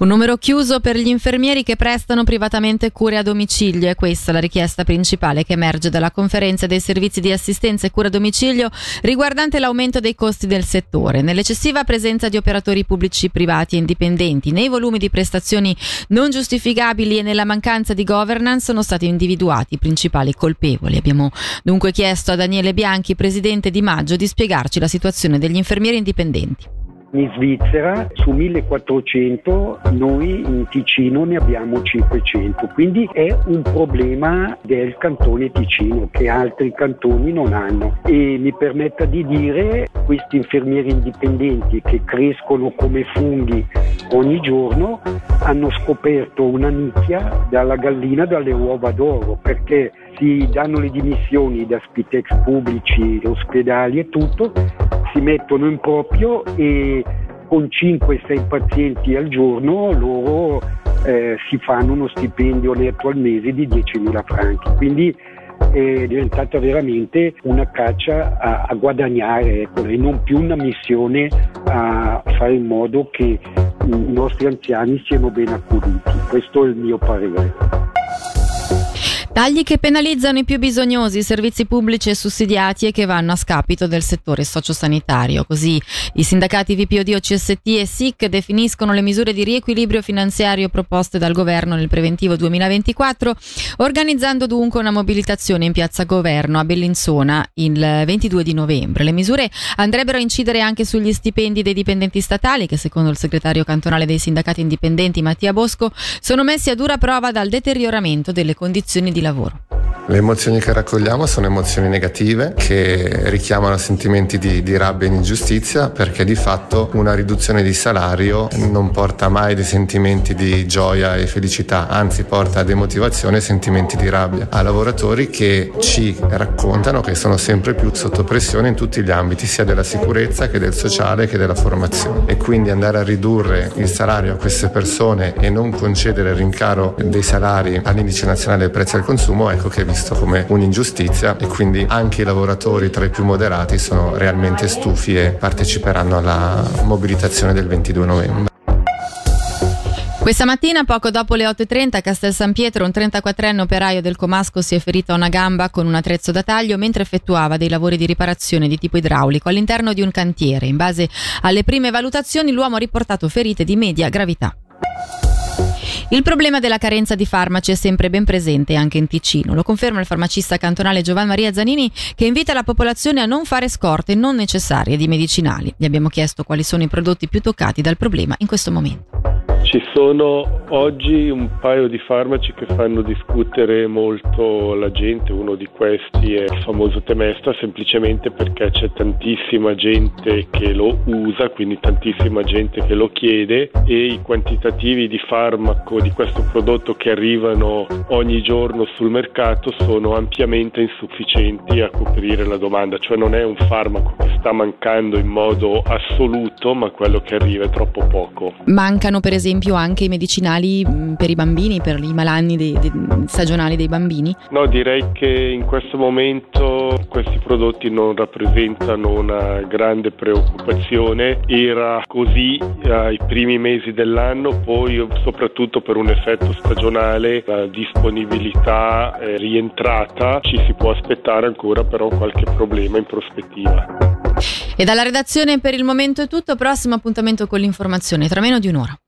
Un numero chiuso per gli infermieri che prestano privatamente cure a domicilio. È questa la richiesta principale che emerge dalla conferenza dei servizi di assistenza e cura a domicilio riguardante l'aumento dei costi del settore, nell'eccessiva presenza di operatori pubblici, privati e indipendenti, nei volumi di prestazioni non giustificabili e nella mancanza di governance sono stati individuati i principali colpevoli. Abbiamo dunque chiesto a Daniele Bianchi, presidente di Maggio, di spiegarci la situazione degli infermieri indipendenti. In Svizzera su 1400 noi in Ticino ne abbiamo 500, quindi è un problema del cantone Ticino che altri cantoni non hanno. E mi permetta di dire, questi infermieri indipendenti che crescono come funghi ogni giorno hanno scoperto una nicchia dalla gallina dalle uova d'oro, perché si danno le dimissioni da Spitex pubblici, ospedali e tutto, si mettono in proprio e con 5-6 pazienti al giorno loro si fanno uno stipendio netto al mese di 10.000 franchi. Quindi è diventata veramente una caccia a guadagnare, ecco, e non più una missione a fare in modo che i nostri anziani siano ben accuditi. Questo è il mio parere. Tagli che penalizzano i più bisognosi, i servizi pubblici e sussidiati e che vanno a scapito del settore sociosanitario. Così i sindacati VPOD, CST e SIC definiscono le misure di riequilibrio finanziario proposte dal governo nel preventivo 2024, organizzando dunque una mobilitazione in piazza Governo a Bellinzona il 22 di novembre. Le misure andrebbero a incidere anche sugli stipendi dei dipendenti statali che, secondo il segretario cantonale dei sindacati indipendenti Mattia Bosco, sono messi a dura prova dal deterioramento delle condizioni di lavoro. Le emozioni che raccogliamo sono emozioni negative che richiamano sentimenti di rabbia e ingiustizia, perché di fatto una riduzione di salario non porta mai dei sentimenti di gioia e felicità, anzi porta a demotivazione e sentimenti di rabbia a lavoratori che ci raccontano che sono sempre più sotto pressione in tutti gli ambiti, sia della sicurezza che del sociale che della formazione, e quindi andare a ridurre il salario a queste persone e non concedere il rincaro dei salari all'indice nazionale dei prezzi al consumo, ecco che è visto come un'ingiustizia, e quindi anche i lavoratori tra i più moderati sono realmente stufi e parteciperanno alla mobilitazione del 22 novembre. Questa mattina, poco dopo le 8.30, a Castel San Pietro, un 34enne operaio del comasco si è ferito a una gamba con un attrezzo da taglio mentre effettuava dei lavori di riparazione di tipo idraulico all'interno di un cantiere. In base alle prime valutazioni, l'uomo ha riportato ferite di media gravità. Il problema della carenza di farmaci è sempre ben presente anche in Ticino. Lo conferma il farmacista cantonale Giovan Maria Zanini, che invita la popolazione a non fare scorte non necessarie di medicinali. Gli abbiamo chiesto quali sono i prodotti più toccati dal problema in questo momento. Ci sono oggi un paio di farmaci che fanno discutere molto la gente. Uno di questi è il famoso Temesta, semplicemente perché c'è tantissima gente che lo usa, quindi tantissima gente che lo chiede, e i quantitativi di farmaco di questo prodotto che arrivano ogni giorno sul mercato sono ampiamente insufficienti a coprire la domanda. Cioè non è un farmaco che sta mancando in modo assoluto, ma quello che arriva è troppo poco. Mancano per esempio anche i medicinali per i bambini, per i malanni stagionali dei bambini? No, direi che in questo momento questi prodotti non rappresentano una grande preoccupazione. Era così ai primi mesi dell'anno, poi soprattutto per un effetto stagionale la disponibilità è rientrata. Ci si può aspettare ancora però qualche problema in prospettiva. E dalla redazione per il momento è tutto. Prossimo appuntamento con l'informazione tra meno di un'ora.